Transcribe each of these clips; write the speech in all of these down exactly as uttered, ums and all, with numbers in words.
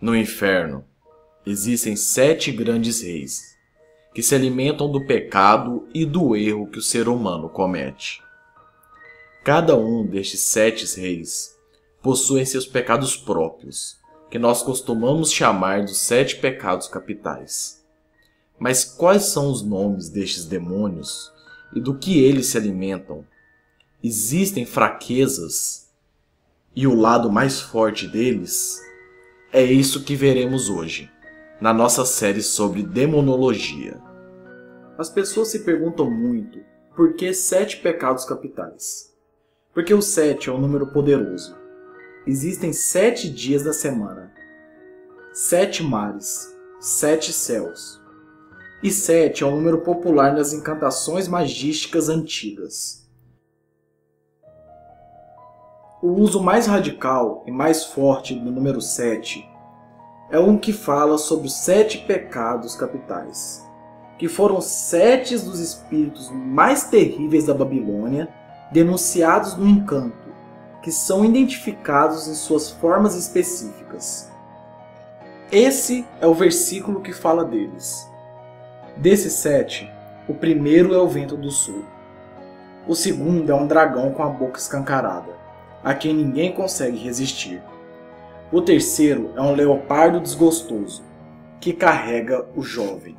No inferno, existem sete grandes reis, que se alimentam do pecado e do erro que o ser humano comete. Cada um destes sete reis possui seus pecados próprios, que nós costumamos chamar dos sete pecados capitais. Mas quais são os nomes destes demônios e do que eles se alimentam? Existem fraquezas e o lado mais forte deles? É isso que veremos hoje, na nossa série sobre demonologia. As pessoas se perguntam muito por que sete pecados capitais. Porque o sete é um número poderoso. Existem sete dias da semana, sete mares, sete céus. E sete é um número popular nas encantações magísticas antigas. O uso mais radical e mais forte do número sete é um que fala sobre os sete pecados capitais, que foram sete dos espíritos mais terríveis da Babilônia, denunciados no encanto, que são identificados em suas formas específicas. Esse é o versículo que fala deles. Desses sete, o primeiro é o vento do sul. O segundo é um dragão com a boca escancarada, a quem ninguém consegue resistir. O terceiro é um leopardo desgostoso, que carrega o jovem.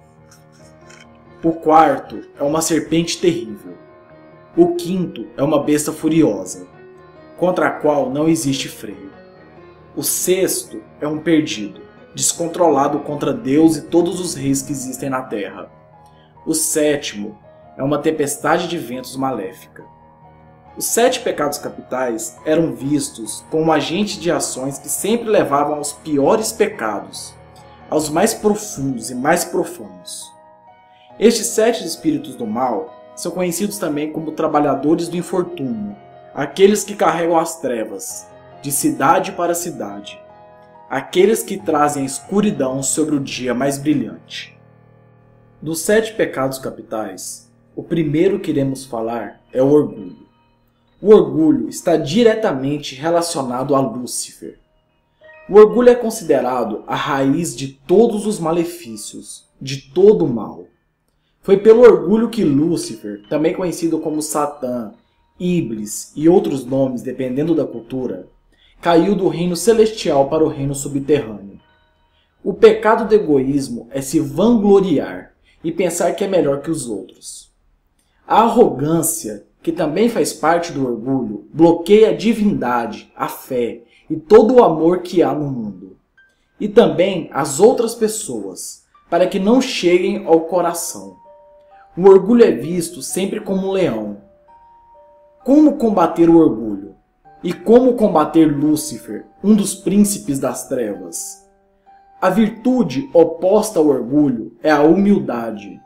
O quarto é uma serpente terrível. O quinto é uma besta furiosa, contra a qual não existe freio. O sexto é um perdido, descontrolado contra Deus e todos os reis que existem na terra. O sétimo é uma tempestade de ventos maléfica. Os sete pecados capitais eram vistos como agentes de ações que sempre levavam aos piores pecados, aos mais profundos e mais profanos. Estes sete espíritos do mal são conhecidos também como trabalhadores do infortúnio, aqueles que carregam as trevas, de cidade para cidade, aqueles que trazem a escuridão sobre o dia mais brilhante. Dos sete pecados capitais, o primeiro que iremos falar é o orgulho. O orgulho está diretamente relacionado a Lúcifer. O orgulho é considerado a raiz de todos os malefícios, de todo o mal. Foi pelo orgulho que Lúcifer, também conhecido como Satã, Iblis e outros nomes dependendo da cultura, caiu do reino celestial para o reino subterrâneo. O pecado do egoísmo é se vangloriar e pensar que é melhor que os outros. A arrogância, que também faz parte do orgulho, bloqueia a divindade, a fé e todo o amor que há no mundo. E também as outras pessoas, para que não cheguem ao coração. O orgulho é visto sempre como um leão. Como combater o orgulho? E como combater Lúcifer, um dos príncipes das trevas? A virtude oposta ao orgulho é a humildade.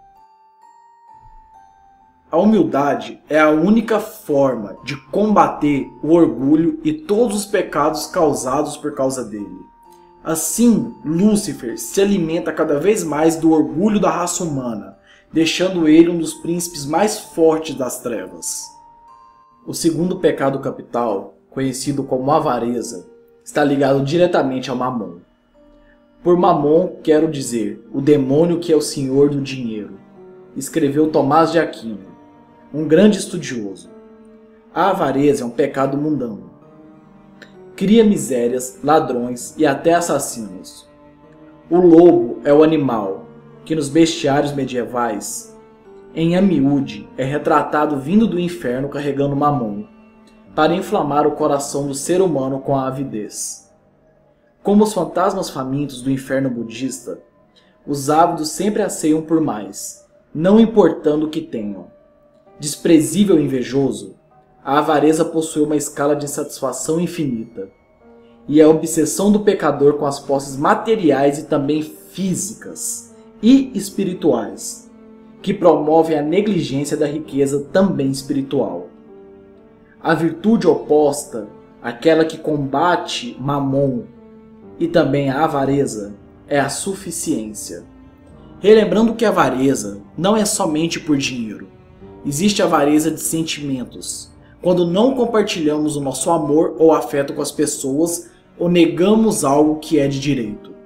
A humildade é a única forma de combater o orgulho e todos os pecados causados por causa dele. Assim, Lúcifer se alimenta cada vez mais do orgulho da raça humana, deixando ele um dos príncipes mais fortes das trevas. O segundo pecado capital, conhecido como avareza, está ligado diretamente ao Mamon. Por Mamon quero dizer o demônio que é o senhor do dinheiro, escreveu Tomás de Aquino, um grande estudioso. A avareza é um pecado mundano. Cria misérias, ladrões e até assassinos. O lobo é o animal que nos bestiários medievais, em Amiúde, é retratado vindo do inferno carregando Mamon, para inflamar o coração do ser humano com a avidez. Como os fantasmas famintos do inferno budista, os ávidos sempre anseiam por mais, não importando o que tenham. Desprezível e invejoso, a avareza possui uma escala de insatisfação infinita, e é a obsessão do pecador com as posses materiais e também físicas e espirituais, que promovem a negligência da riqueza também espiritual. A virtude oposta, aquela que combate Mamon e também a avareza, é a suficiência. Relembrando que a avareza não é somente por dinheiro. Existe avareza de sentimentos, quando não compartilhamos o nosso amor ou afeto com as pessoas ou negamos algo que é de direito.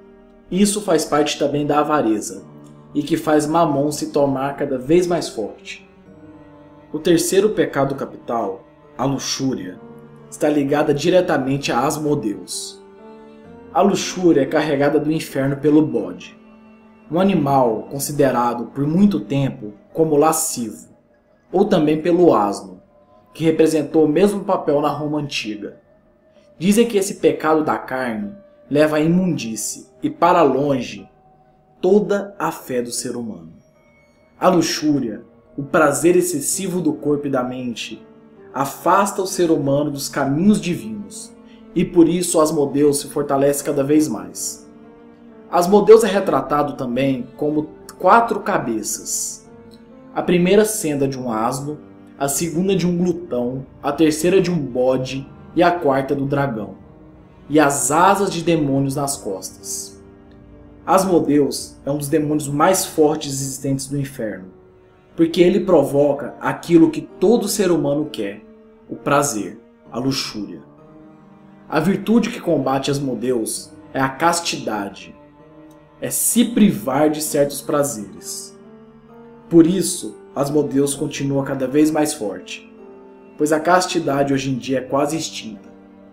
Isso faz parte também da avareza, e que faz Mamon se tornar cada vez mais forte. O terceiro pecado capital, a luxúria, está ligada diretamente a Asmodeus. A luxúria é carregada do inferno pelo bode, um animal considerado por muito tempo como lascivo, ou também pelo asno, que representou o mesmo papel na Roma antiga. Dizem que esse pecado da carne leva à imundície e para longe toda a fé do ser humano. A luxúria, o prazer excessivo do corpo e da mente, afasta o ser humano dos caminhos divinos, e por isso Asmodeus se fortalece cada vez mais. Asmodeus é retratado também como quatro cabeças. A primeira sendo a de um asno, a segunda de um glutão, a terceira de um bode e a quarta do dragão, e as asas de demônios nas costas. Asmodeus é um dos demônios mais fortes existentes do inferno, porque ele provoca aquilo que todo ser humano quer, o prazer, a luxúria. A virtude que combate Asmodeus é a castidade, é se privar de certos prazeres. Por isso, Asmodeus continua cada vez mais forte, pois a castidade hoje em dia é quase extinta.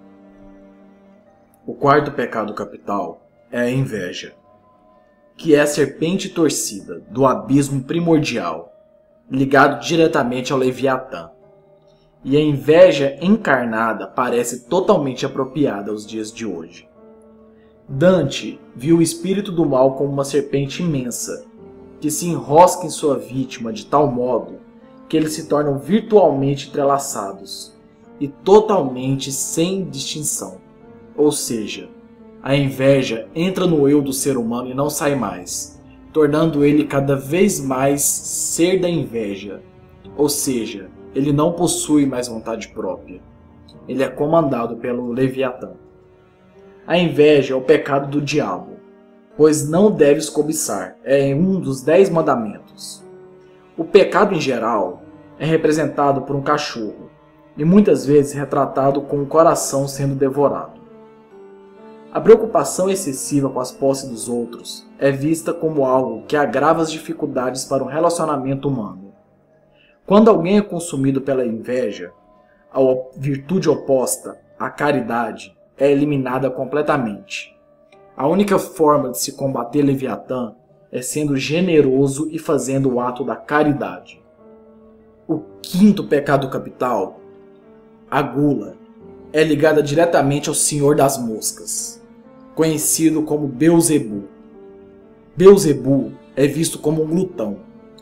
O quarto pecado capital é a inveja, que é a serpente torcida do abismo primordial, ligado diretamente ao Leviatã. E a inveja encarnada parece totalmente apropriada aos dias de hoje. Dante viu o espírito do mal como uma serpente imensa, que se enrosca em sua vítima de tal modo que eles se tornam virtualmente entrelaçados e totalmente sem distinção. Ou seja, a inveja entra no eu do ser humano e não sai mais, tornando ele cada vez mais ser da inveja. Ou seja, ele não possui mais vontade própria. Ele é comandado pelo Leviatã. A inveja é o pecado do diabo, pois não deves cobiçar, é um dos dez mandamentos. O pecado em geral é representado por um cachorro, e muitas vezes retratado com o coração sendo devorado. A preocupação excessiva com as posses dos outros é vista como algo que agrava as dificuldades para um relacionamento humano. Quando alguém é consumido pela inveja, a virtude oposta, a caridade, é eliminada completamente. A única forma de se combater Leviatã é sendo generoso e fazendo o ato da caridade. O quinto pecado capital, a gula, é ligada diretamente ao Senhor das Moscas, conhecido como Beelzebul. Beelzebul é visto como um glutão.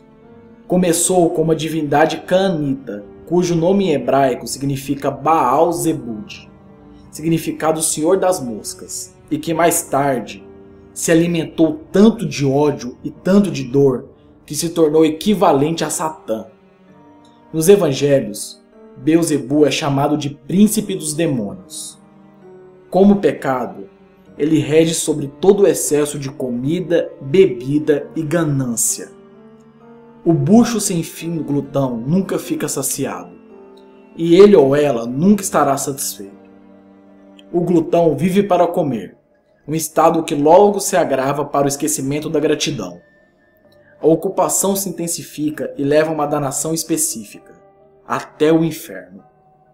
Começou como uma divindade cananita, cujo nome em hebraico significa Baal-Zebud, significado Senhor das Moscas, e que mais tarde se alimentou tanto de ódio e tanto de dor que se tornou equivalente a Satã. Nos evangelhos, Beelzebul é chamado de príncipe dos demônios. Como pecado, ele rege sobre todo o excesso de comida, bebida e ganância. O bucho sem fim do glutão nunca fica saciado, e ele ou ela nunca estará satisfeito. O glutão vive para comer, um estado que logo se agrava para o esquecimento da gratidão. A ocupação se intensifica e leva a uma danação específica, até o inferno.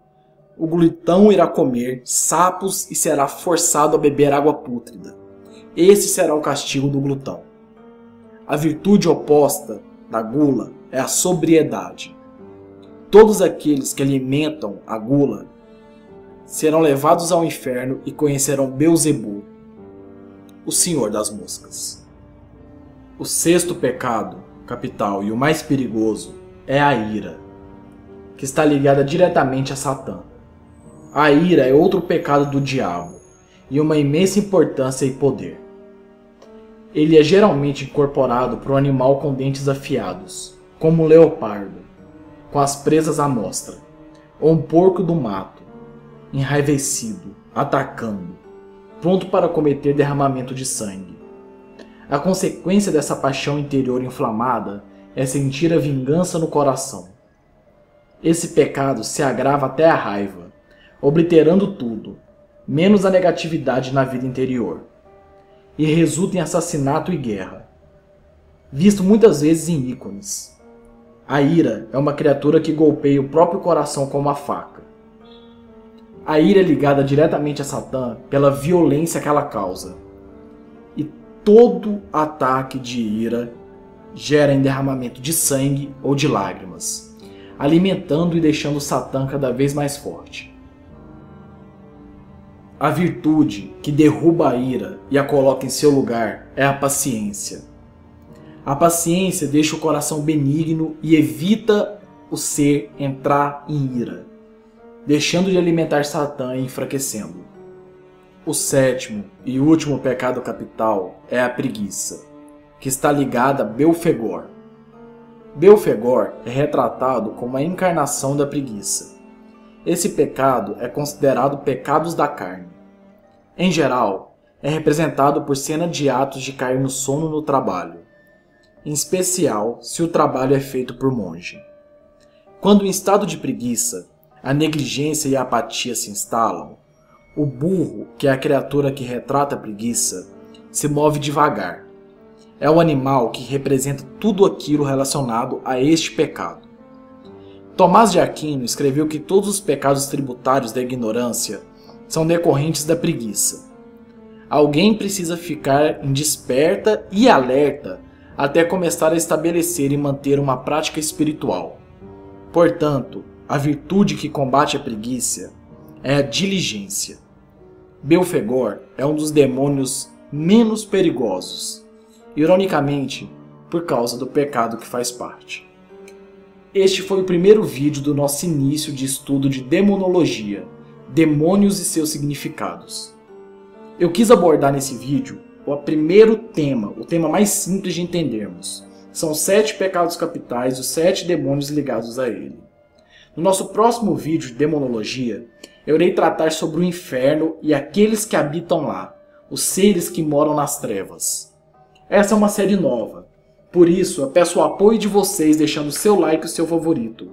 O glutão irá comer sapos e será forçado a beber água pútrida. Esse será o castigo do glutão. A virtude oposta da gula é a sobriedade. Todos aqueles que alimentam a gula serão levados ao inferno e conhecerão Beelzebul, o Senhor das Moscas. O sexto pecado capital e o mais perigoso é a ira, que está ligada diretamente a Satã. A ira é outro pecado do diabo e uma imensa importância e poder. Ele é geralmente incorporado por um animal com dentes afiados, como um leopardo, com as presas à mostra, ou um porco do mato, enraivecido, atacando, pronto para cometer derramamento de sangue. A consequência dessa paixão interior inflamada é sentir a vingança no coração. Esse pecado se agrava até a raiva, obliterando tudo, menos a negatividade na vida interior. e resulta em assassinato e guerra, visto muitas vezes em ícones. A ira é uma criatura que golpeia o próprio coração com uma faca. A ira é ligada diretamente a Satã pela violência que ela causa. E todo ataque de ira gera em derramamento de sangue ou de lágrimas, alimentando e deixando Satã cada vez mais forte. A virtude que derruba a ira e a coloca em seu lugar é a paciência. A paciência deixa o coração benigno e evita o ser entrar em ira, deixando de alimentar Satã e enfraquecendo. O sétimo e último pecado capital é a preguiça, que está ligada a Belfegor. Belfegor é retratado como a encarnação da preguiça. Esse pecado é considerado pecados da carne. Em geral, é representado por cena de atos de cair no sono no trabalho, em especial se o trabalho é feito por monge. Quando em estado de preguiça, a negligência e a apatia se instalam, o burro, que é a criatura que retrata a preguiça, se move devagar. É o animal que representa tudo aquilo relacionado a este pecado. Tomás de Aquino escreveu que todos os pecados tributários da ignorância são decorrentes da preguiça. Alguém precisa ficar em desperta e alerta até começar a estabelecer e manter uma prática espiritual. Portanto, a virtude que combate a preguiça é a diligência. Belfegor é um dos demônios menos perigosos, ironicamente, por causa do pecado que faz parte. Este foi o primeiro vídeo do nosso início de estudo de demonologia, demônios e seus significados. Eu quis abordar nesse vídeo o primeiro tema, o tema mais simples de entendermos. São sete pecados capitais e os sete demônios ligados a ele. No nosso próximo vídeo de demonologia, eu irei tratar sobre o inferno e aqueles que habitam lá, os seres que moram nas trevas. Essa é uma série nova, por isso eu peço o apoio de vocês deixando o seu like e o seu favorito,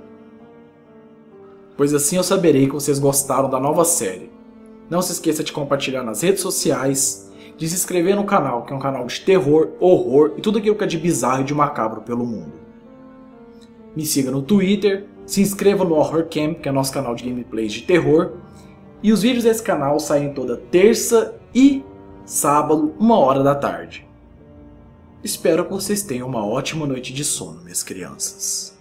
pois assim eu saberei que vocês gostaram da nova série. Não se esqueça de compartilhar nas redes sociais, de se inscrever no canal, que é um canal de terror, horror e tudo aquilo que é de bizarro e de macabro pelo mundo. Me siga no Twitter, se inscreva no Horror Camp, que é nosso canal de gameplays de terror, e os vídeos desse canal saem toda terça e sábado, uma hora da tarde. Espero que vocês tenham uma ótima noite de sono, minhas crianças.